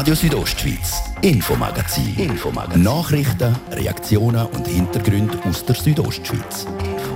Radio Südostschweiz, Infomagazin. Nachrichten, Reaktionen und Hintergründe aus der Südostschweiz.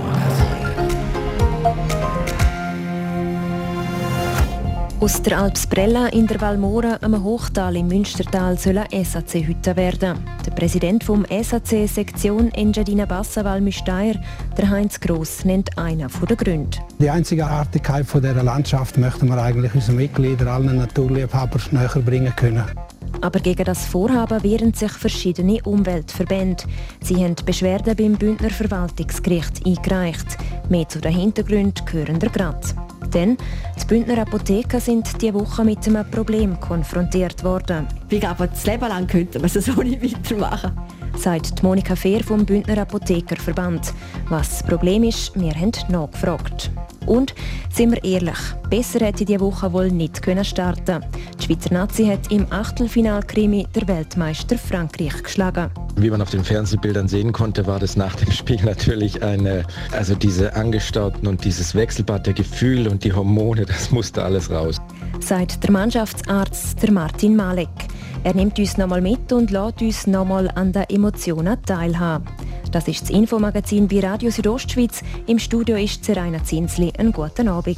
Aus der Alpsbrella in der Valmora am Hochtal im Münstertal soll eine SAC-Hütte werden. Der Präsident vom SAC-Sektion Engadina Bassa Valmüsteier, der Heinz Gross, nennt einen der Gründe. Die Einzigartigkeit dieser Landschaft möchten wir eigentlich unseren Mitgliedern, allen Naturliebhabern, näher bringen können. Aber gegen das Vorhaben wehren sich verschiedene Umweltverbände. Sie haben Beschwerden beim Bündner Verwaltungsgericht eingereicht. Mehr zu den Hintergründen hören wir gerade. Denn die Bündner Apotheken sind diese Woche mit einem Problem konfrontiert worden. Ich glaube, das Leben lang könnte man es so nicht weitermachen, sagt Monika Fehr vom Bündner Apothekerverband. Was das Problem ist, wir haben nachgefragt. Und, sind wir ehrlich, besser hätte diese Woche wohl nicht starten können. Die Schweizer Nazi hat im Achtelfinal-Krimi der Weltmeister Frankreich geschlagen. Wie man auf den Fernsehbildern sehen konnte, war das nach dem Spiel natürlich diese angestauten und dieses Wechselbad der Gefühle und die Hormone, das musste alles raus. Sagt der Mannschaftsarzt der Martin Malek. Er nimmt uns nochmal mit und lässt uns nochmal an den Emotionen teilhaben. Das ist das Infomagazin bei Radio Südostschweiz. Im Studio ist Seraina Zinsli. Einen guten Abend.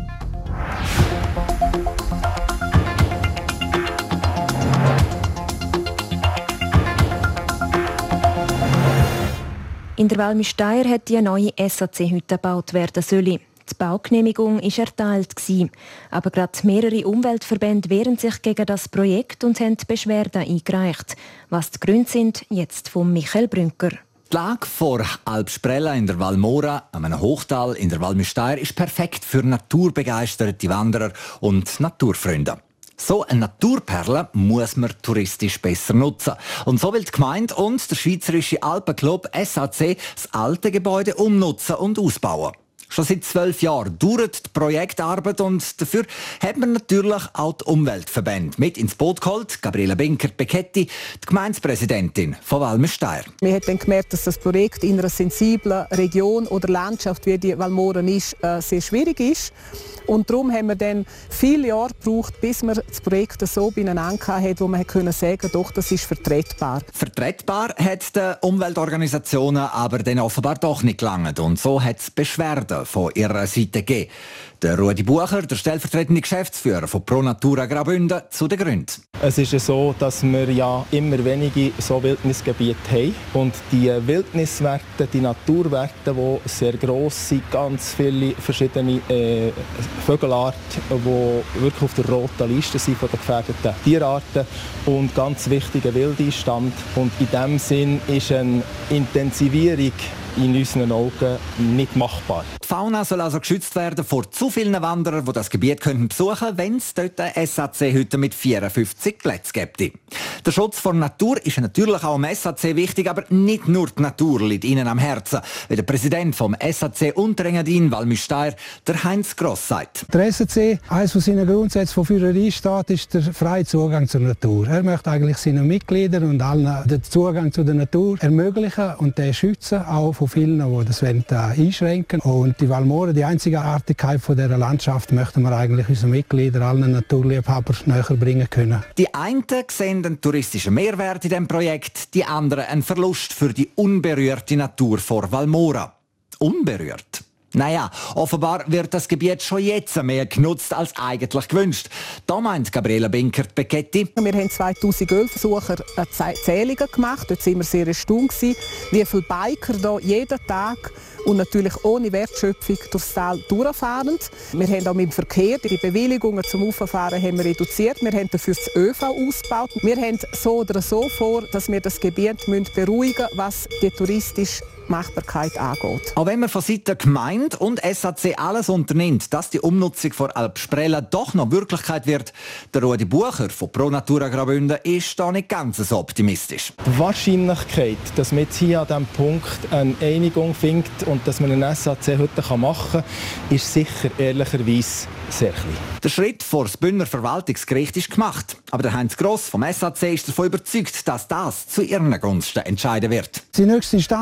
In der Valmüsteier hat die neue SAC-Hütte gebaut werden sollen. Die Baugenehmigung war erteilt. Aber gerade mehrere Umweltverbände wehren sich gegen das Projekt und haben Beschwerden eingereicht. Was die Gründe sind, jetzt von Michael Brünker. Die Lage vor Alpsprella in der Valmora, einem Hochtal in der Valmüsteier, ist perfekt für naturbegeisterte Wanderer und Naturfreunde. So eine Naturperle muss man touristisch besser nutzen. Und so will die Gemeinde und der Schweizerische Alpenclub SAC das alte Gebäude umnutzen und ausbauen. Schon seit 12 Jahren dauert die Projektarbeit und dafür hat man natürlich auch die Umweltverbände mit ins Boot geholt. Gabriela Binkert-Becchetti, die Gemeindepräsidentin von Valmüsteier. Wir haben dann gemerkt, dass das Projekt in einer sensiblen Region oder Landschaft wie die Valmora ist, sehr schwierig ist. Und darum haben wir dann viele Jahre gebraucht, bis wir das Projekt so beieinander hatten, wo man sagen konnte, doch, das ist vertretbar. Vertretbar hat den Umweltorganisationen aber dann offenbar doch nicht gelangt. Und so hat es Beschwerden von ihrer Seite gegeben. Der Rudi Bucher, der stellvertretende Geschäftsführer von Pro Natura Graubünden, zu den Gründen. Es ist so, dass wir ja immer weniger so Wildnisgebiete haben. Und die Wildniswerte, die Naturwerte, die sehr gross sind, ganz viele verschiedene Vögelarten, die wirklich auf der roten Liste sind von den gefährdeten Tierarten und ganz wichtiger Wildeinstand. Und in diesem Sinn ist eine Intensivierung in unseren Augen nicht machbar. Die Fauna soll also geschützt werden vor zu vielen Wanderern, die das Gebiet besuchen könnten, wenn es dort eine SAC-Hütte mit 54 Plätzen gibt. Der Schutz vor Natur ist natürlich auch am SAC wichtig, aber nicht nur die Natur liegt ihnen am Herzen, wie der Präsident vom SAC Unterengadin Valmüsteier, der Heinz Gross, sagt. Der SAC, eines von seinen Grundsätzen, von früher einsteht, ist der freie Zugang zur Natur. Er möchte eigentlich seinen Mitgliedern und allen den Zugang zu der Natur ermöglichen und den schützen, auch von vielen, die das einschränken wollen. Und die Valmora, die Einzigartigkeit dieser Landschaft, möchten wir eigentlich unseren Mitgliedern, allen Naturliebhabern, näher bringen können. Die einen sehen den touristischen Mehrwert in diesem Projekt, die anderen einen Verlust für die unberührte Natur vor Valmora. Unberührt? Naja, offenbar wird das Gebiet schon jetzt mehr genutzt als eigentlich gewünscht. Da meint Gabriela Binkert-Becchetti. Wir haben 2011 Besucher Zählungen gemacht. Dort waren wir sehr erstaunt, wie viele Biker hier jeden Tag und natürlich ohne Wertschöpfung durchs Tal durchfahren. Wir haben auch mit dem Verkehr die Bewilligungen zum Auffahren haben wir reduziert. Wir haben dafür das ÖV ausgebaut. Wir haben so oder so vor, dass wir das Gebiet beruhigen müssen, was die touristische Machbarkeit angeht. Auch wenn man von Seiten der Gemeinde und SAC alles unternimmt, dass die Umnutzung von Alpsprella doch noch Wirklichkeit wird, der Rudi Bucher von Pro Natura Graubünden ist da nicht ganz so optimistisch. Die Wahrscheinlichkeit, dass man jetzt hier an diesem Punkt eine Einigung findet und dass man eine SAC heute machen kann, ist sicher ehrlicherweise sehr klein. Der Schritt vor das Bündner Verwaltungsgericht ist gemacht. Aber der Heinz Gross vom SAC ist davon überzeugt, dass das zu ihren Gunsten entscheiden wird. Die nächste Instanz wird das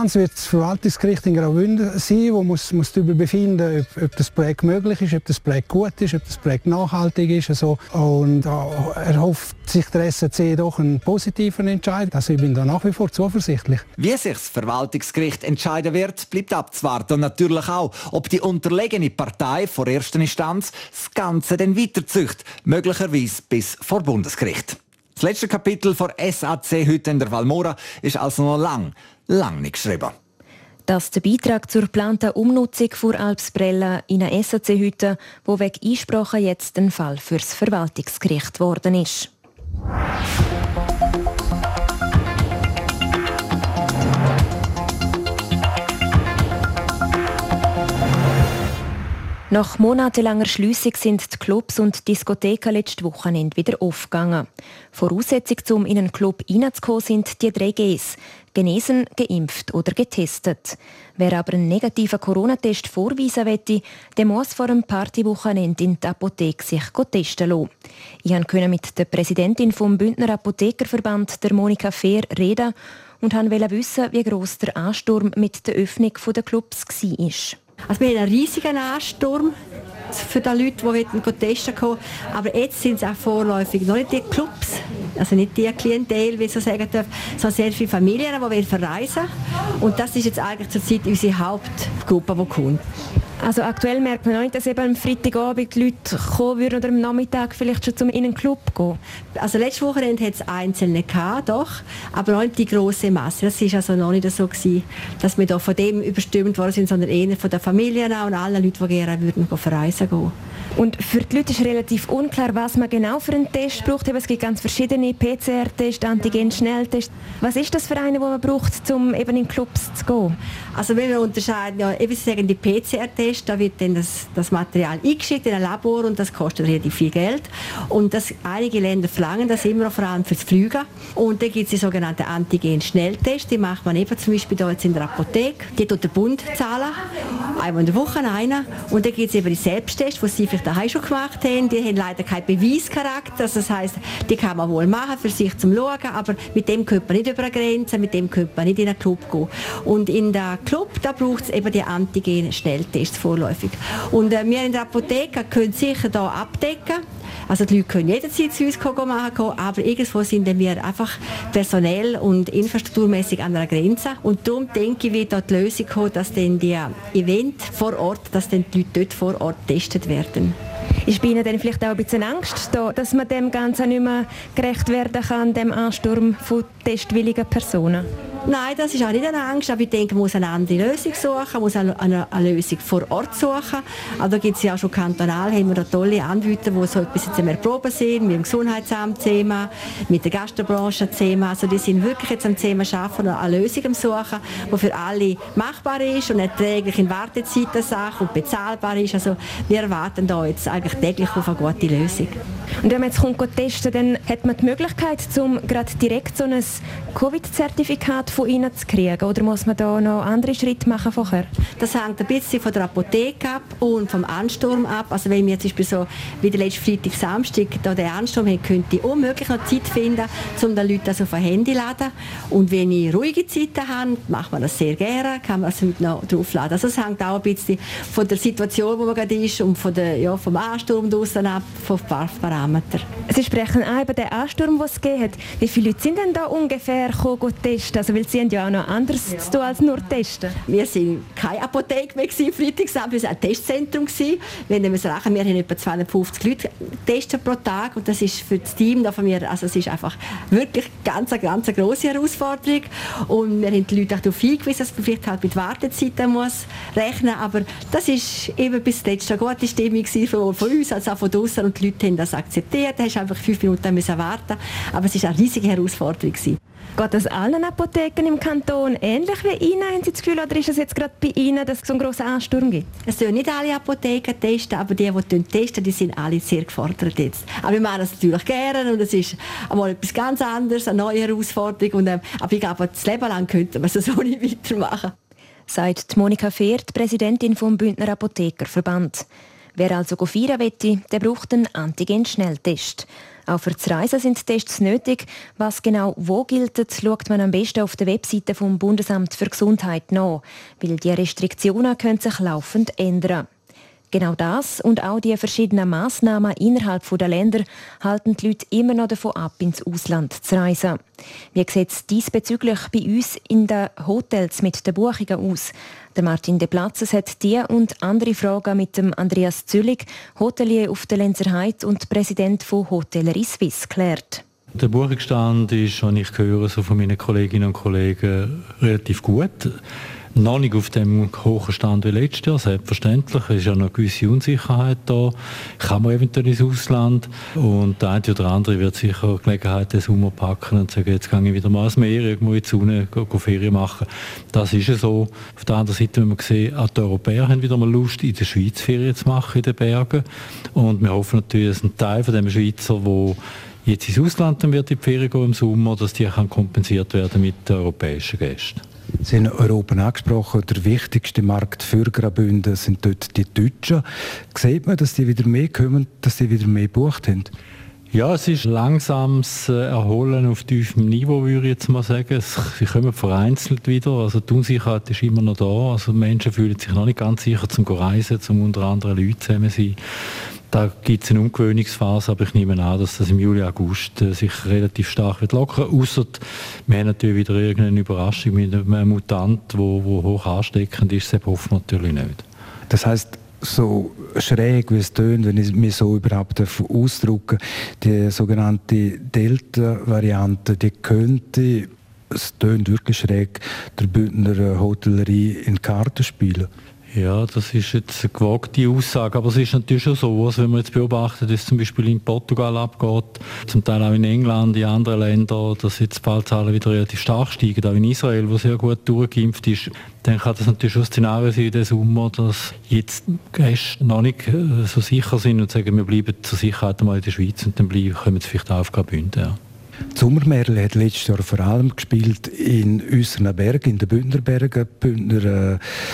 Verwaltungsgericht in Graubünden sein, das muss darüber befinden, ob das Projekt möglich ist, ob das Projekt gut ist, ob das Projekt nachhaltig ist. Also. Und er hofft sich der SAC doch einen positiven Entscheid. Also ich bin da nach wie vor zuversichtlich. Wie sich das Verwaltungsgericht entscheiden wird, bleibt abzuwarten. Und natürlich auch, ob die unterlegene Partei vor erster Instanz das Ganze dann weiterzieht, möglicherweise bis vor Bundesgericht. Das letzte Kapitel von SAC heute in der Valmora ist also noch lang nicht geschrieben. Das der Beitrag zur geplanten Umnutzung von Alpsbrella in einer SAC-Hütte, wo wegen Einsprache jetzt ein Fall fürs Verwaltungsgericht geworden ist. Nach monatelanger Schliessung sind die Clubs und Diskotheken letztes Wochenende wieder aufgegangen. Voraussetzung, um in einen Club reinzukommen, sind die 3 Gs: genesen, geimpft oder getestet. Wer aber einen negativen Corona-Test vorweisen möchte, der muss vor einem Partywochenende in der Apotheke sich testen lassen. Ich konnte mit der Präsidentin vom Bündner Apothekerverband, der Monika Fehr, reden und wollte wissen, wie gross der Ansturm mit der Öffnung der Clubs war. Also wir haben einen riesigen Ansturm für die Leute, die testen kommen. Aber jetzt sind es auch vorläufig noch nicht die Clubs, also nicht die Klientel, wie ich so sagen darf, sondern sehr viele Familien, die verreisen wollen. Und das ist jetzt eigentlich zurzeit unsere Hauptgruppe, die kommt. Also aktuell merkt man noch nicht, dass eben am Freitagabend die Leute kommen würden oder am Nachmittag vielleicht schon in einen Club gehen. Also letzte Wochenende hat es Einzelne gehabt, doch, aber noch nicht die grosse Masse. Das war also noch nicht so gewesen, dass wir da von dem überstürmt worden sind, sondern eher von den Familien und allen Leuten, die gerne würden verreisen gehen. Und für die Leute ist relativ unklar, was man genau für einen Test braucht. Es gibt ganz verschiedene PCR-Tests, Antigen-Schnelltests. Was ist das für einen, den man braucht, um eben in Clubs zu gehen? Also wir unterscheiden ja, eben sagen die PCR-Tests, da wird dann das Material eingeschickt in ein Labor und das kostet relativ viel Geld. Und einige Länder verlangen das immer vor allem fürs Fliegen. Und dann gibt es die sogenannten Antigen-Schnelltests, die macht man eben zum Beispiel hier jetzt in der Apotheke. Die tut der Bund zahlen, einmal in der Woche einen. Und dann gibt es eben die Selbsttests, die sie vielleicht daheim schon gemacht haben. Die haben leider keinen Beweischarakter. Also das heisst, die kann man wohl machen für sich zum Schauen, aber mit dem könnte man nicht über eine Grenze, mit dem könnte man nicht in einen Club gehen. Und in der Club, da braucht es eben die Antigen-Schnelltests vorläufig. Und wir in der Apotheke können sicher hier abdecken. Also die Leute können jederzeit zu uns machen, aber irgendwo sind wir einfach personell und infrastrukturmäßig an einer Grenze. Und darum denke ich, wird da die Lösung kommen, dass dann die Event vor Ort, dass dann die Leute dort vor Ort getestet werden. Ist bei Ihnen dann vielleicht auch ein bisschen Angst, dass man dem Ganzen nicht mehr gerecht werden kann, dem Ansturm von testwilligen Personen? Nein, das ist auch nicht eine Angst, aber ich denke, man muss eine andere Lösung suchen, man muss eine Lösung vor Ort suchen. Also da gibt es ja auch schon kantonal, haben wir da tolle Anbieter, die so etwas jetzt am Erproben sind, mit dem Gesundheitsamt zusammen, mit der Gastrobranche zusammen. Also die sind wirklich jetzt am zusammen arbeiten und eine Lösung am suchen, die für alle machbar ist und erträglich in Wartezeit und bezahlbar ist. Also wir erwarten da jetzt eigentlich täglich auf eine gute Lösung. Und wenn man jetzt kommt testen, dann hat man die Möglichkeit, gerade direkt so ein Covid-Zertifikat von Ihnen zu kriegen? Oder muss man da noch andere Schritte machen vorher? Das hängt ein bisschen von der Apotheke ab und vom Ansturm ab. Also wenn wir zum Beispiel so wie der letzte Freitag, Samstag da den Ansturm haben, könnte ich unmöglich noch Zeit finden, um den Leuten das auf ein Handy zu laden. Und wenn ich ruhige Zeiten habe, macht man das sehr gerne, kann man es heute noch draufladen. Also es hängt auch ein bisschen von der Situation, wo man gerade ist und von vom Ansturm draussen ab, von ein paar Parametern. Sie sprechen auch über den Ansturm, den es gegeben hat. Wie viele Leute sind denn da ungefähr gekommen, testen? Also, weil Sie haben ja auch noch anderes zu tun als nur testen. Wir waren keine Apotheke mehr Freitagabend, wir waren ein Testzentrum. Wenn wir es rechnen, wir haben etwa 250 Leute testen pro Tag und das ist für das Team da von mir, also es ist einfach wirklich eine ganz grosse Herausforderung und wir haben die Leute auch darauf hingewiesen, dass man vielleicht halt mit Wartezeiten muss rechnen, aber das ist eben bis jetzt eine gute Stimmung von uns, also auch von draussen und die Leute haben das akzeptiert, da hast einfach 5 Minuten müssen warten, aber es war eine riesige Herausforderung. Geht das allen Apotheken im Kanton ähnlich wie Ihnen? Haben Sie das Gefühl, oder ist es jetzt gerade bei Ihnen, dass es so einen grossen Ansturm gibt? Es tun nicht alle Apotheken testen, aber die testen, die sind alle sehr gefordert jetzt. Aber wir machen das natürlich gerne und es ist einmal etwas ganz anderes, eine neue Herausforderung. Aber ich glaube, das Leben lang könnte man es so nicht weitermachen. Sagt Monika Fehr, die Präsidentin vom Bündner Apothekerverband. Wer also feiern möchte, der braucht einen Antigen-Schnelltest. Auch für das Reisen sind Tests nötig. Was genau wo gilt, schaut man am besten auf der Webseite vom Bundesamt für Gesundheit nach, weil die Restriktionen können sich laufend ändern. Genau das und auch die verschiedenen Massnahmen innerhalb der Länder halten die Leute immer noch davon ab, ins Ausland zu reisen. Wie sieht es diesbezüglich bei uns in den Hotels mit den Buchungen aus? Der Martin De Platzes hat die und andere Fragen mit dem Andreas Züllig, Hotelier auf der Lenzerheide und Präsident von Hotellerie Suisse, geklärt. Der Buchungsstand ist, wenn ich höre, so von meinen Kolleginnen und Kollegen, relativ gut. Noch nicht auf dem hohen Stand wie letztes Jahr, selbstverständlich. Es ist ja noch eine gewisse Unsicherheit da. Kann man eventuell ins Ausland? Und der eine oder andere wird sicher Gelegenheit den Sommer packen und sagen, jetzt gehe ich wieder mal ins Meer, irgendwo in die Sonne, Ferien machen. Das ist ja so. Auf der anderen Seite, wenn wir sehen, auch die Europäer haben wieder mal Lust, in der Schweiz Ferien zu machen, in den Bergen. Und wir hoffen natürlich, dass ein Teil von dem Schweizer, der jetzt ins Ausland dann wird in die Ferien gehen im Sommer, dass die kann kompensiert werden mit den europäischen Gästen. Sie haben Europa angesprochen, der wichtigste Markt für Graubünden sind dort die Deutschen. Sieht man, dass die wieder mehr kommen, dass die wieder mehr gebucht haben? Ja, es ist langsames Erholen auf tiefem Niveau, würde ich jetzt mal sagen. Sie kommen vereinzelt wieder, also die Unsicherheit ist immer noch da. Also Menschen fühlen sich noch nicht ganz sicher zum Reisen, zum unter anderem Leute zusammen sein. Da gibt es eine Umgewöhnungsphase, aber ich nehme an, dass das im Juli, August sich relativ stark wird lockern. Ausser wir haben natürlich wieder irgendeine Überraschung mit einem Mutant, der hoch ansteckend ist. Das hoffen wir natürlich nicht. Das heisst, so schräg wie es tönt, wenn ich mir so überhaupt ausdrücken darf, die sogenannte Delta-Variante, die könnte, es tönt wirklich schräg, der Bündner Hotellerie in Karten spielen. Ja, das ist jetzt eine gewagte Aussage, aber es ist natürlich schon so, also wenn man jetzt beobachtet, dass zum Beispiel in Portugal abgeht, zum Teil auch in England, in anderen Ländern, dass jetzt die Fallzahlen wieder relativ stark steigen, auch in Israel, wo sehr gut durchgeimpft ist, dann kann das natürlich schon ein Szenario sein in diesem Sommer, dass jetzt Gäste noch nicht so sicher sind und sagen, wir bleiben zur Sicherheit einmal in der Schweiz und dann kommen sie vielleicht auch auf Graubünden. Ja. Die Sommermärle hat letztes Jahr vor allem gespielt in unseren Bergen, in den Bündner Bergen, Bündner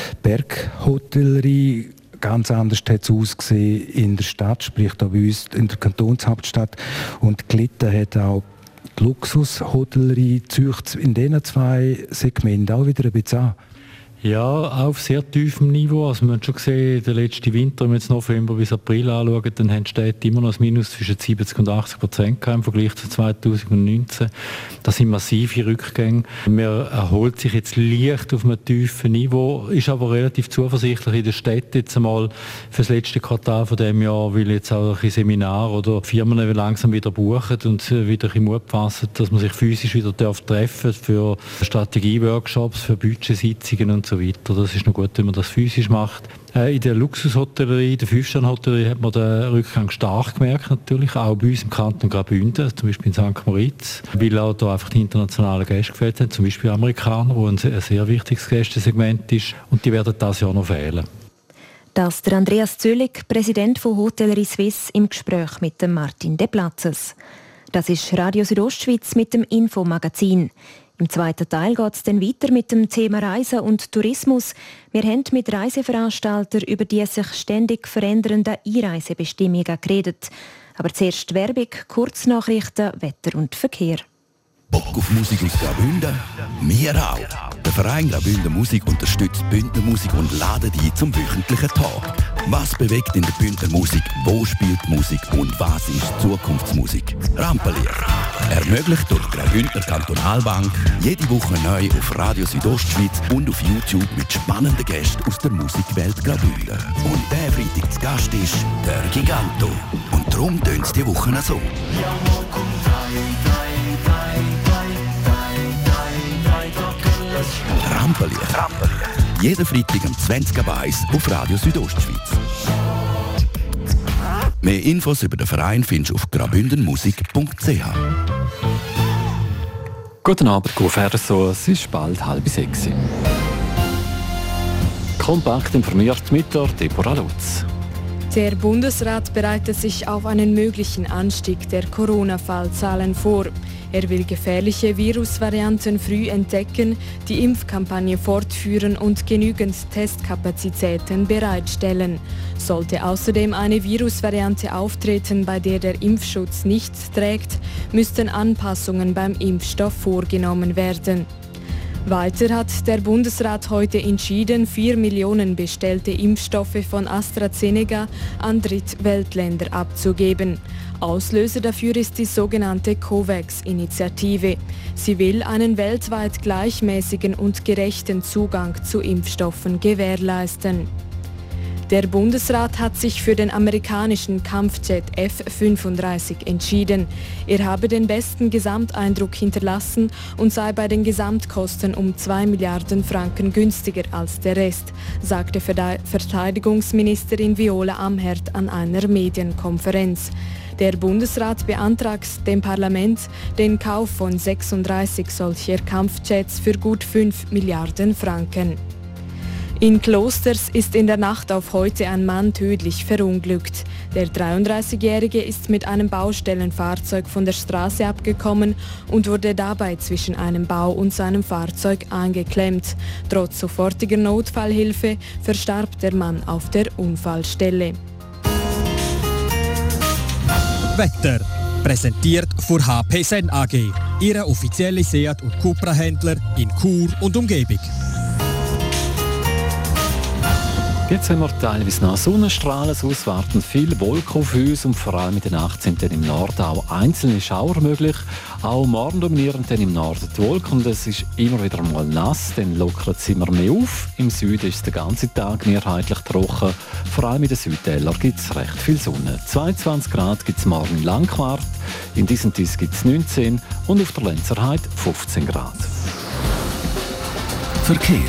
Berghotellerie. Ganz anders hat es ausgesehen in der Stadt, sprich da bei uns in der Kantonshauptstadt. Und gelitten hat auch die Luxushotellerie, züchtet in diesen zwei Segmenten auch wieder ein bisschen an. Ja, auf sehr tiefem Niveau. Also wir haben schon gesehen, der letzte Winter, wenn wir jetzt November bis April anschauen, dann haben die Städte immer noch ein Minus zwischen 70% und 80% im Vergleich zu 2019. Das sind massive Rückgänge. Man erholt sich jetzt leicht auf einem tiefen Niveau, ist aber relativ zuversichtlich in der Stadt jetzt einmal für das letzte Quartal von diesem Jahr, weil jetzt auch ein Seminar oder Firmen langsam wieder buchen und wieder ein Mut fassen, dass man sich physisch wieder treffen darf für Strategie-Workshops, für Budgetsitzungen und so weiter. Das ist noch gut, wenn man das physisch macht. In der Luxushotellerie, der 5-Sterne-Hotellerie, hat man den Rückgang stark gemerkt, natürlich, auch bei uns im Kanton Graubünden, zum Beispiel in St. Moritz, weil auch da einfach die internationalen Gäste gefällt haben, zum Beispiel Amerikaner, wo ein sehr wichtiges Gästesegment ist, und die werden das Jahr noch fehlen. Das der Andreas Züllig, Präsident von Hotellerie Suisse, im Gespräch mit dem Martin De Platzes. Das ist Radio Südostschweiz mit dem Infomagazin. Im zweiten Teil geht es dann weiter mit dem Thema Reisen und Tourismus. Wir haben mit Reiseveranstaltern über die sich ständig verändernden Einreisebestimmungen geredet. Aber zuerst Werbung, Kurznachrichten, Wetter und Verkehr. Bock auf Musik aus Graubünden? Wir auch. Der Verein Graubünden Musik unterstützt Bündner Musik und ladet ein zum wöchentlichen Tag. Was bewegt in der Bündner Musik? Wo spielt Musik? Und was ist Zukunftsmusik? Rampenlicht. Ermöglicht durch die Graubündner Kantonalbank. Jede Woche neu auf Radio Südostschweiz und auf YouTube mit spannenden Gästen aus der Musikwelt Graubünden. Und der Freitag zu Gast ist der Giganto. Und darum tönt es die Woche so. Rampenlicht. Jeden Freitag am 20 Uhr auf Radio Südostschweiz. Mehr Infos über den Verein findest du auf graubündenmusik.ch. Guten Abend, Guferso. Es ist bald 5:30. Kompakt informiert mit der Deborah Lutz. Der Bundesrat bereitet sich auf einen möglichen Anstieg der Corona-Fallzahlen vor. Er will gefährliche Virusvarianten früh entdecken, die Impfkampagne fortführen und genügend Testkapazitäten bereitstellen. Sollte außerdem eine Virusvariante auftreten, bei der der Impfschutz nicht trägt, müssten Anpassungen beim Impfstoff vorgenommen werden. Weiter hat der Bundesrat heute entschieden, 4 Millionen bestellte Impfstoffe von AstraZeneca an Drittweltländer abzugeben. Auslöser dafür ist die sogenannte COVAX-Initiative. Sie will einen weltweit gleichmäßigen und gerechten Zugang zu Impfstoffen gewährleisten. Der Bundesrat hat sich für den amerikanischen Kampfjet F-35 entschieden. Er habe den besten Gesamteindruck hinterlassen und sei bei den Gesamtkosten um 2 Milliarden Franken günstiger als der Rest, sagte Verteidigungsministerin Viola Amherd an einer Medienkonferenz. Der Bundesrat beantragt dem Parlament den Kauf von 36 solcher Kampfjets für gut 5 Milliarden Franken. In Klosters ist in der Nacht auf heute ein Mann tödlich verunglückt. Der 33-Jährige ist mit einem Baustellenfahrzeug von der Straße abgekommen und wurde dabei zwischen einem Bau und seinem Fahrzeug eingeklemmt. Trotz sofortiger Notfallhilfe verstarb der Mann auf der Unfallstelle. Wetter. Präsentiert von HP Sen AG, Ihre offizielle Seat- und Cupra-Händler in Chur und Umgebung. Jetzt haben wir teilweise noch Sonnenstrahlen, es warten viele Wolken auf uns und vor allem in den 18. im Norden auch einzelne Schauer möglich. Auch morgen dominieren dann im Norden die Wolken und es ist immer wieder mal nass, dann lockert es immer mehr auf. Im Süden ist es den ganzen Tag mehrheitlich trocken, vor allem in den Südtälern gibt es recht viel Sonne. 22 Grad gibt es morgen in Langquart, in Disentis gibt es 19 und auf der Lenzerheide 15 Grad. Verkehr.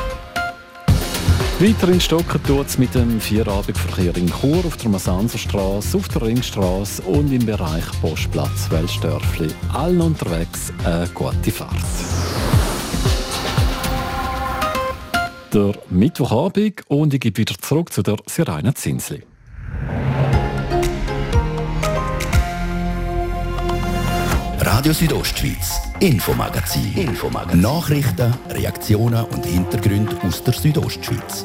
Weiter in Stocken tut es mit dem Vierabendverkehr in Chur auf der Masanserstrasse, auf der Ringstrasse und im Bereich Postplatz Welsdörfli. Allen unterwegs eine gute Fahrt. Der Mittwochabend und ich gebe wieder zurück zu der Siraina Zinsli. Radio Südostschweiz, Infomagazin. Nachrichten, Reaktionen und Hintergründe aus der Südostschweiz.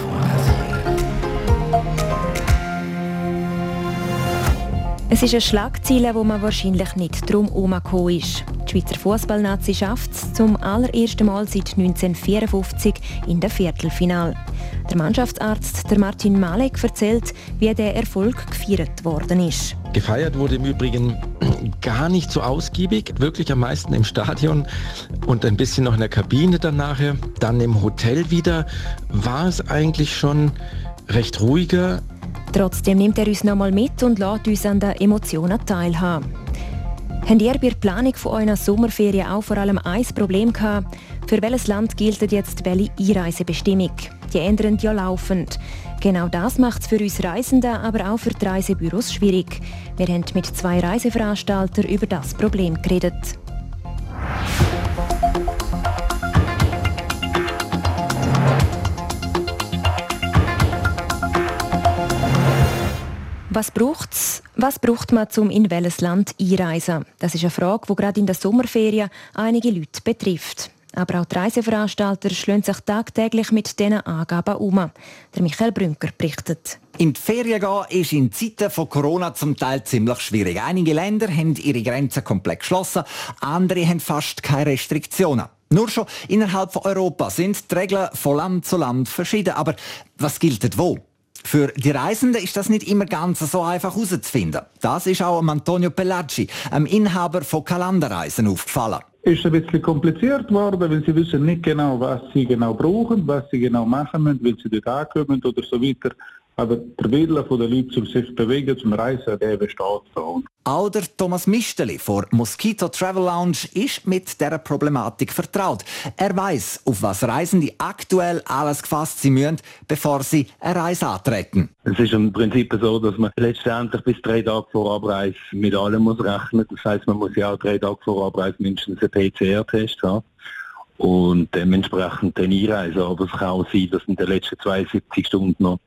Es ist eine Schlagzeile, wo man wahrscheinlich nicht drum herumgekommen ist. Die Schweizer Fußballnazi schafft es zum allerersten Mal seit 1954 in der Viertelfinale. Der Mannschaftsarzt Martin Malek erzählt, wie der Erfolg gefeiert worden ist. Gefeiert wurde im Übrigen gar nicht so ausgiebig, wirklich am meisten im Stadion und ein bisschen noch in der Kabine dann nachher. Dann im Hotel wieder war es eigentlich schon recht ruhiger. Trotzdem nimmt er uns noch mal mit und lässt uns an den Emotionen teilhaben. Habt ihr bei der Planung von eurer Sommerferien auch vor allem ein Problem gehabt? Für welches Land gilt jetzt welche Einreisebestimmung? Die ändern ja laufend. Genau das macht es für uns Reisende, aber auch für die Reisebüros schwierig. Wir haben mit 2 Reiseveranstaltern über das Problem geredet. Was braucht man, um in welches Land einreisen? Das ist eine Frage, die gerade in der Sommerferien einige Leute betrifft. Aber auch die Reiseveranstalter schlagen sich tagtäglich mit diesen Angaben um. Der Michael Brünker berichtet. In die Ferien gehen ist in Zeiten von Corona zum Teil ziemlich schwierig. Einige Länder haben ihre Grenzen komplett geschlossen, andere haben fast keine Restriktionen. Nur schon innerhalb von Europa sind die Regeln von Land zu Land verschieden. Aber was gilt wo? Für die Reisenden ist das nicht immer ganz so einfach herauszufinden. Das ist auch Antonio Pellacci, einem Inhaber von Kalanderreisen, aufgefallen. Es ist ein bisschen kompliziert geworden, weil sie wissen nicht genau, was sie genau brauchen, was sie genau machen müssen, wenn sie dort ankommen oder so weiter. Aber der Wille der Leute, um sich zu bewegen, zum Reisen, der besteht so. Auch der Thomas Misteli von Mosquito Travel Lounge ist mit dieser Problematik vertraut. Er weiss, auf was Reisende aktuell alles gefasst sein müssen, bevor sie eine Reise antreten. Es ist im Prinzip so, dass man letztendlich bis 3 Tage vor Abreise mit allem muss rechnen. Das heisst, man muss ja auch 3 Tage vor Abreise mindestens einen PCR-Test haben. Und dementsprechend dann einreisen. Aber es kann auch sein, dass in den letzten 72 Stunden noch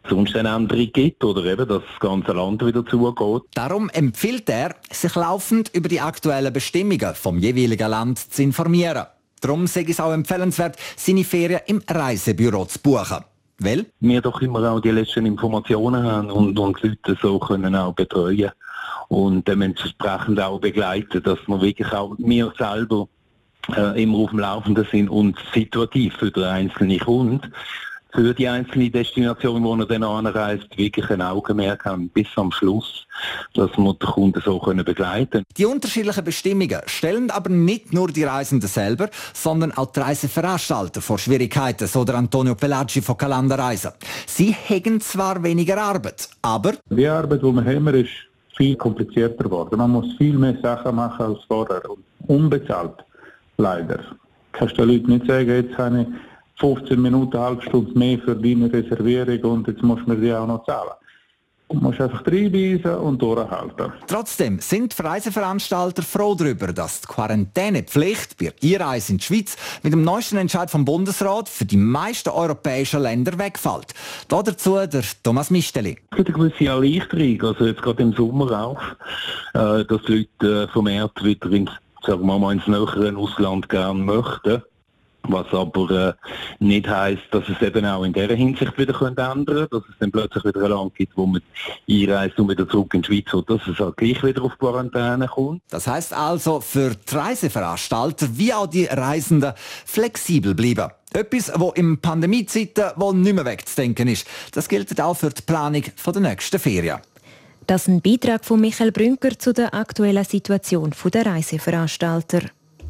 sonst eine Änderung gibt oder eben, dass das ganze Land wieder zugeht. Darum empfiehlt er, sich laufend über die aktuellen Bestimmungen vom jeweiligen Land zu informieren. Darum sei es auch empfehlenswert, seine Ferien im Reisebüro zu buchen. Weil wir doch immer auch die letzten Informationen haben und die Leute so können auch betreuen und dementsprechend auch begleiten, dass wir wirklich auch wir selber immer auf dem Laufenden sind und situativ für den einzelnen Kunden, für die einzelne Destination, wo er dann anreist, wirklich ein Augenmerk haben bis am Schluss, dass wir den Kunden so begleiten können. Die unterschiedlichen Bestimmungen stellen aber nicht nur die Reisenden selber, sondern auch die Reiseveranstalter vor Schwierigkeiten, so der Antonio Pelaggi von Calanda Reisen. Sie haben zwar weniger Arbeit, aber die Arbeit, die wir haben, ist viel komplizierter geworden. Man muss viel mehr Sachen machen als vorher und unbezahlt, leider. Kannst du den Leuten nicht sagen, jetzt habe ich 15 Minuten, eine halbe Stunde mehr für deine Reservierung und jetzt musst du mir die auch noch zahlen. Du musst einfach reinbeissen und durchhalten. Trotzdem sind die Reiseveranstalter froh darüber, dass die Quarantänepflicht bei Einreise in die Schweiz mit dem neuesten Entscheid vom Bundesrat für die meisten europäischen Länder wegfällt. Dazu der Thomas Misteli. Es gibt eine gewisse Erleichterung, also jetzt gerade im Sommer auch, dass die Leute vermehrt wieder ins näheren Ausland gerne möchten. Was aber nicht heisst, dass es eben auch in dieser Hinsicht wieder ändern könnte, dass es dann plötzlich wieder ein Land gibt, wo man einreist und wieder zurück in die Schweiz und dass es auch gleich wieder auf Quarantäne kommt. Das heisst also für die Reiseveranstalter wie auch die Reisenden flexibel bleiben. Etwas, was in Pandemiezeiten wohl nicht mehr wegzudenken ist. Das gilt auch für die Planung der nächsten Ferien. Das ist ein Beitrag von Michael Brünker zu der aktuellen Situation der Reiseveranstalter.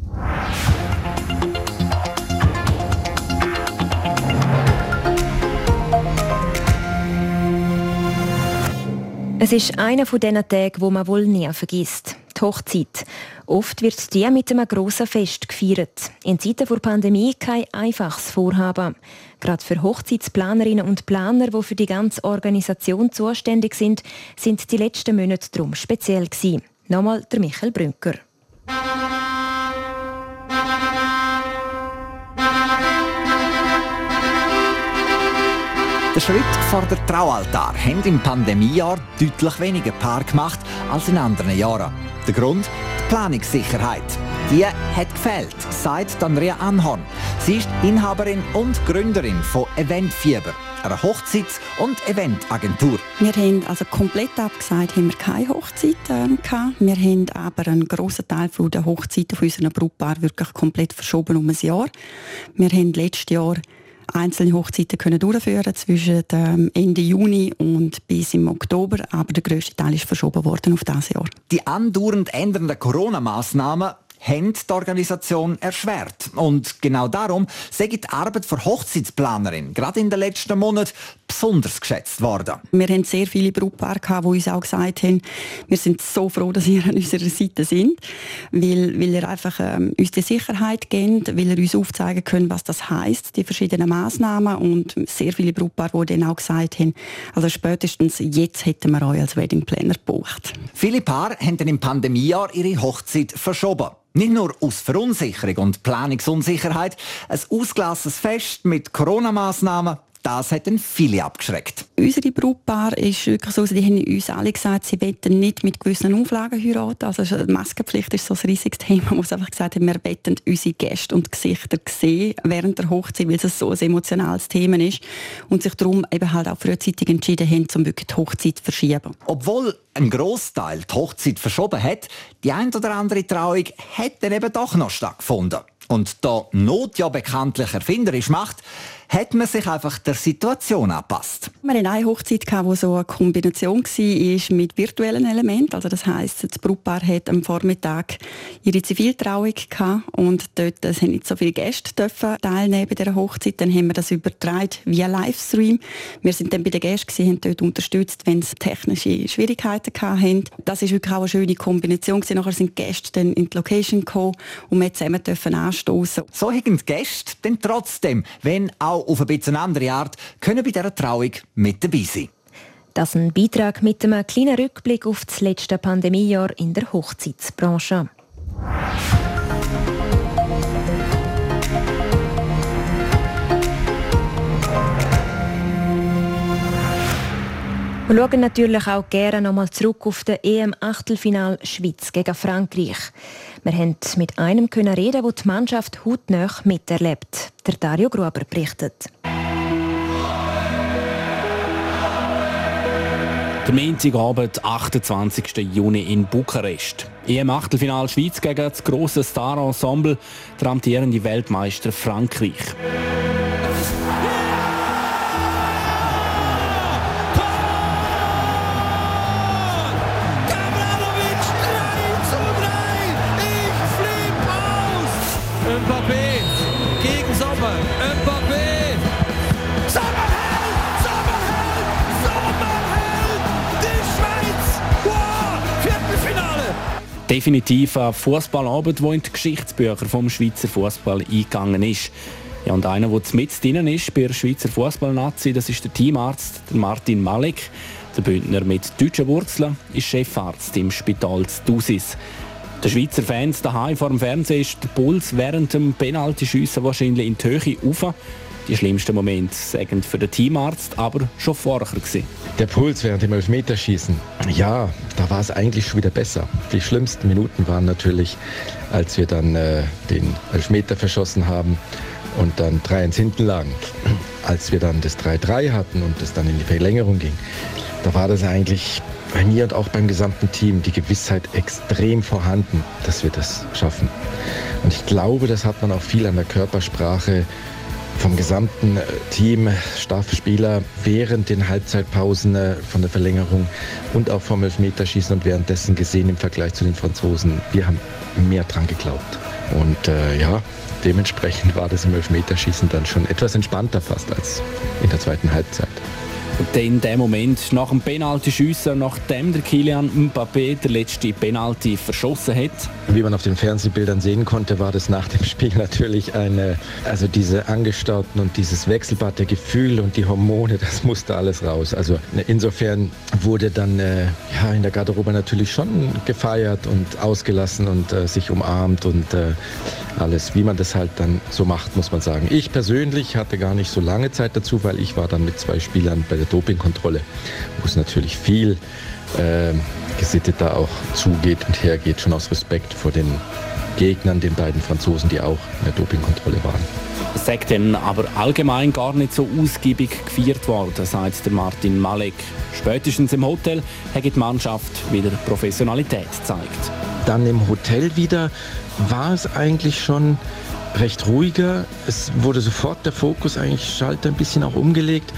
Es ist einer von diesen Tagen, wo man wohl nie vergisst. Die Hochzeit. Oft wird die mit einem grossen Fest gefeiert. In Zeiten der Pandemie kein einfaches Vorhaben. Gerade für Hochzeitsplanerinnen und Planer, die für die ganze Organisation zuständig sind die letzten Monate darum speziell gewesen. Nochmal der Michael Brünker. Den Schritt vor der Traualtar haben im Pandemiejahr deutlich weniger Paare gemacht als in anderen Jahren. Der Grund? Die Planungssicherheit. Die hat gefehlt, sagt Andrea Anhorn. Sie ist Inhaberin und Gründerin von Eventfieber, einer Hochzeits- und Eventagentur. Wir haben also komplett abgesagt, haben wir keine Hochzeit gehabt. Wir haben aber einen grossen Teil der Hochzeiten von unserem Brautpaar wirklich komplett verschoben um ein Jahr. Wir haben letztes Jahr einzelne Hochzeiten können durchführen zwischen Ende Juni und bis im Oktober, aber der grösste Teil ist verschoben worden auf dieses Jahr. Die andauernd ändernden Corona-Massnahmen haben die Organisation erschwert. Und genau darum sei die Arbeit für Hochzeitsplanerin gerade in den letzten Monaten besonders geschätzt worden. Wir haben sehr viele Brautpaare, die uns auch gesagt haben, wir sind so froh, dass ihr an unserer Seite sind, weil ihr einfach uns die Sicherheit gebt, weil ihr uns aufzeigen könnt, was das heisst, die verschiedenen Massnahmen. Und sehr viele Brautpaare, die dann auch gesagt haben, also spätestens jetzt hätten wir euch als Wedding Planner gebucht. Viele Paare haben dann im Pandemiejahr ihre Hochzeit verschoben. Nicht nur aus Verunsicherung und Planungsunsicherheit, ein ausgelassenes Fest mit Corona-Massnahmen, das hat dann viele abgeschreckt. Unsere Brautpaar ist wirklich so, die haben uns alle gesagt, sie wollen nicht mit gewissen Auflagen heiraten. Also die Maskenpflicht ist so ein riesiges Thema, wo sie einfach gesagt haben, wir wollen unsere Gäste und Gesichter sehen während der Hochzeit, weil es so ein emotionales Thema ist und sich darum eben halt auch frühzeitig entschieden haben, um wirklich die Hochzeit zu verschieben. Obwohl ein Grossteil die Hochzeit verschoben hat, die ein oder andere Trauung hat dann eben doch noch stattgefunden. Und da Not ja bekanntlich erfinderisch macht, hat man sich einfach der Situation angepasst. Wir hatten eine Hochzeit, die so eine Kombination war mit virtuellen Elementen. Also das heisst, das Brautpaar hat am Vormittag ihre Ziviltrauung gehabt und dort haben nicht so viele Gäste teilnehmen bei dieser Hochzeit. Dann haben wir das übertragen via Livestream. Wir sind dann bei den Gästen, haben dort unterstützt, wenn sie technische Schwierigkeiten hatten. Das war wirklich auch eine schöne Kombination. Nachher sind die Gäste dann in die Location gekommen und wir zusammen anstoßen. So haben die Gäste dann trotzdem, wenn auch auf ein bisschen andere Art, können bei dieser Trauung mit dabei sein. Das ist ein Beitrag mit einem kleinen Rückblick auf das letzte Pandemiejahr in der Hochzeitsbranche. Wir schauen natürlich auch gerne nochmal zurück auf das EM-Achtelfinal Schweiz gegen Frankreich. Wir haben mit einem reden, der die Mannschaft hautnah miterlebt. Der Dario Gruber berichtet. Der Montagabend, 28. Juni in Bukarest. EM-Achtelfinal Schweiz gegen das grosse Star-Ensemble, der amtierende Weltmeister Frankreich. Mbappé gegen Sommer. Mbappé. Sommerheld! Die Schweiz! Wow! Viertelfinale! Definitiv ein Fußballabend, der in die Geschichtsbücher vom Schweizer Fußball eingegangen ist. Ja, und einer, der mit drin ist bei der Schweizer Fußballnazi, das ist der Teamarzt der Martin Malek. Der Bündner mit deutschen Wurzeln ist Chefarzt im Spital Thusis. Den Schweizer Fans daheim vor dem Fernsehen ist der Puls während dem Penaltyschiessen wahrscheinlich in die Höhe rauf. Die schlimmsten Momente sagen für den Teamarzt aber schon vorher gewesen. Der Puls während dem Elfmeterschießen, ja, da war es eigentlich schon wieder besser. Die schlimmsten Minuten waren natürlich, als wir dann den Elfmeter verschossen haben und dann 3-1 hinten lagen. Als wir dann das 3-3 hatten und es dann in die Verlängerung ging, da war das eigentlich bei mir und auch beim gesamten Team die Gewissheit extrem vorhanden, dass wir das schaffen. Und ich glaube, das hat man auch viel an der Körpersprache vom gesamten Team, Staffspieler während den Halbzeitpausen von der Verlängerung und auch vom Elfmeterschießen und währenddessen gesehen im Vergleich zu den Franzosen. Wir haben mehr dran geglaubt. Und ja, dementsprechend war das im Elfmeterschießen dann schon etwas entspannter fast als in der zweiten Halbzeit. Und in dem Moment, nach dem Penaltyschiessen, nachdem der Kylian Mbappé der letzte Penalty verschossen hat. Wie man auf den Fernsehbildern sehen konnte, war das nach dem Spiel natürlich also diese Angestauten und dieses Wechselbad der Gefühle und die Hormone, das musste alles raus. Also insofern wurde dann in der Garderobe natürlich schon gefeiert und ausgelassen und sich umarmt und alles, wie man das halt dann so macht, muss man sagen. Ich persönlich hatte gar nicht so lange Zeit dazu, weil ich war dann mit 2 Spielern bei der Dopingkontrolle, wo es natürlich viel gesitteter auch zugeht und hergeht, schon aus Respekt vor den Gegnern, den beiden Franzosen, die auch in der Dopingkontrolle waren. Es sei dann aber allgemein gar nicht so ausgiebig gefeiert worden, sagt der Martin Malek. Spätestens im Hotel hat die Mannschaft wieder Professionalität gezeigt. Dann im Hotel wieder war es eigentlich schon recht ruhiger. Es wurde sofort der Fokus, eigentlich Schalter ein bisschen auch umgelegt.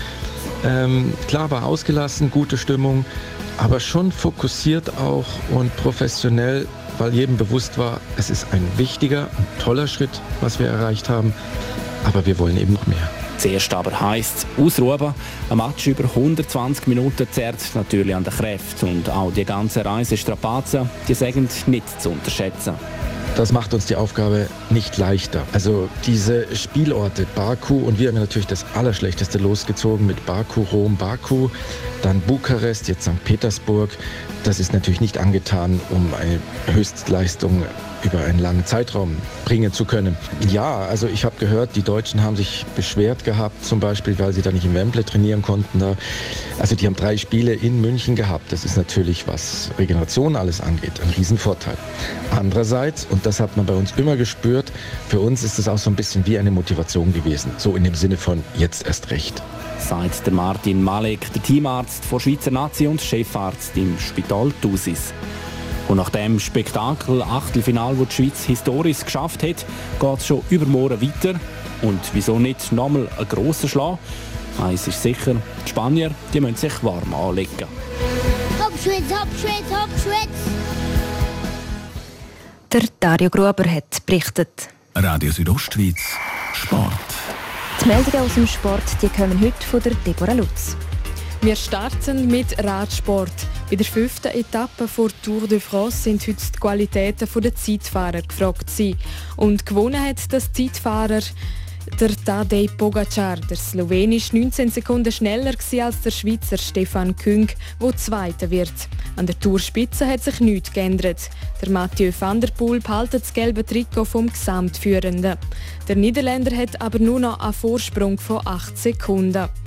Klar, war ausgelassen, gute Stimmung, aber schon fokussiert auch und professionell, weil jedem bewusst war, es ist ein wichtiger und toller Schritt, was wir erreicht haben, aber wir wollen eben noch mehr. Zuerst aber heisst es ausruhen. Ein Match über 120 Minuten zerrt natürlich an den Kräften und auch die ganze Reisestrapazen, die sind nicht zu unterschätzen. Das macht uns die Aufgabe nicht leichter. Also diese Spielorte, Baku, und wir haben natürlich das Allerschlechteste losgezogen mit Baku, Rom, Baku, dann Bukarest, jetzt St. Petersburg. Das ist natürlich nicht angetan, um eine Höchstleistung über einen langen Zeitraum bringen zu können. Ja, also ich habe gehört, die Deutschen haben sich beschwert gehabt, zum Beispiel, weil sie da nicht im Wembley trainieren konnten. Also die haben 3 Spiele in München gehabt. Das ist natürlich, was Regeneration alles angeht, ein Riesenvorteil. Andererseits, und das hat man bei uns immer gespürt, für uns ist es auch so ein bisschen wie eine Motivation gewesen. So in dem Sinne von jetzt erst recht. Sagt der Martin Malek, der Teamarzt von Schweizer Nazi und Chefarzt im Spital Thusis. Und nach dem Spektakel Achtelfinal, das die Schweiz historisch geschafft hat, geht es schon übermorgen weiter. Und wieso nicht nochmal einen grossen Schlag? Eins ist sicher, die Spanier die müssen sich warm anlegen. Hopp Schweiz, hopp Schweiz, hopp Schweiz! Der Dario Gruber hat berichtet. Radio Südostschweiz, Sport. Die Meldungen aus dem Sport die kommen heute von der Deborah Lutz. Wir starten mit Radsport. Bei der 5. Etappe vor Tour de France sind heute die Qualitäten der Zeitfahrer gefragt gewesen. Und gewonnen hat das Zeitfahrer der Tadej Pogacar. Der Slowene ist 19 Sekunden schneller als der Schweizer Stefan Küng, der Zweiter wird. An der Tourspitze hat sich nichts geändert. Der Mathieu van der Poel behaltet das gelbe Trikot vom Gesamtführenden. Der Niederländer hat aber nur noch einen Vorsprung von 8 Sekunden.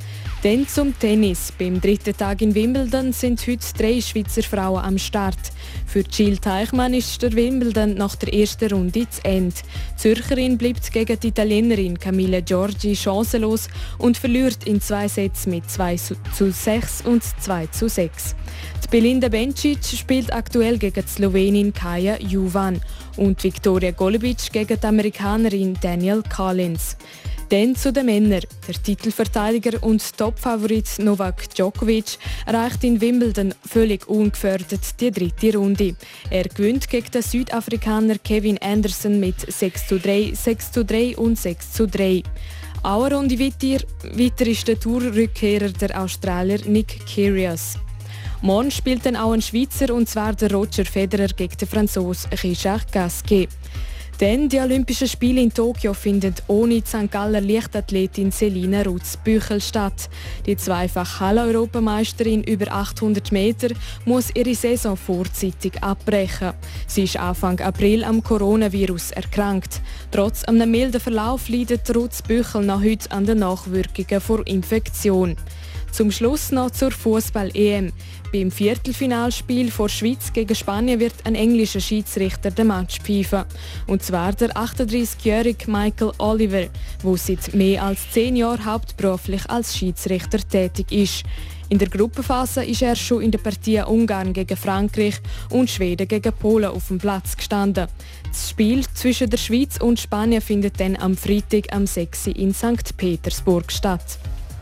Dann zum Tennis. Beim 3. Tag in Wimbledon sind heute 3 Schweizer Frauen am Start. Für Jill Teichmann ist der Wimbledon nach der ersten Runde zu Ende. Die Zürcherin bleibt gegen die Italienerin Camilla Giorgi chancenlos und verliert in 2 Sätzen mit 2:6 und 2:6. Die Belinda Bencic spielt aktuell gegen die Slowenin Kaja Juvan und Viktoria Golubic gegen die Amerikanerin Danielle Collins. Dann zu den Männern. Der Titelverteidiger und Topfavorit Novak Djokovic erreicht in Wimbledon völlig ungefährdet die 3. Runde. Er gewinnt gegen den Südafrikaner Kevin Anderson mit 6:3, 6:3 und 6:3. Auch eine Runde weiter ist der Tourrückkehrer der Australier Nick Kyrgios. Morgen spielt dann auch ein Schweizer, und zwar der Roger Federer gegen den Franzosen Richard Gasquet. Denn die Olympischen Spiele in Tokio finden ohne die St. Galler Leichtathletin Selina Rutz-Büchel statt. Die zweifach Halle-Europameisterin über 800 Meter muss ihre Saison vorzeitig abbrechen. Sie ist Anfang April am Coronavirus erkrankt. Trotz einem milden Verlauf leidet Rutz-Büchel noch heute an den Nachwirkungen vor Infektion. Zum Schluss noch zur Fußball-EM. Beim Viertelfinalspiel vor Schweiz gegen Spanien wird ein englischer Schiedsrichter den Match pfeifen. Und zwar der 38-jährige Michael Oliver, der seit mehr als 10 Jahren hauptberuflich als Schiedsrichter tätig ist. In der Gruppenphase ist er schon in der Partie Ungarn gegen Frankreich und Schweden gegen Polen auf dem Platz gestanden. Das Spiel zwischen der Schweiz und Spanien findet dann am Freitag am 6. in St. Petersburg statt.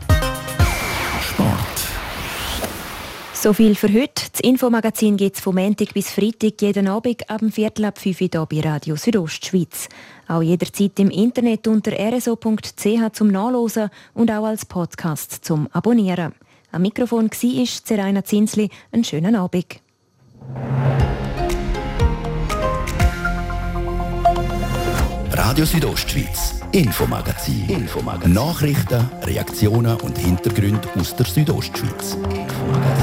So viel für heute. Das Infomagazin gibt es vom Montag bis Freitag jeden Abend ab 4:45 hier bei Radio Südostschweiz. Auch jederzeit im Internet unter rso.ch zum Nachlesen und auch als Podcast zum Abonnieren. Am Mikrofon war Zeraina Zinsli. Einen schönen Abend. Radio Südostschweiz, Infomagazin. Nachrichten, Reaktionen und Hintergründe aus der Südostschweiz.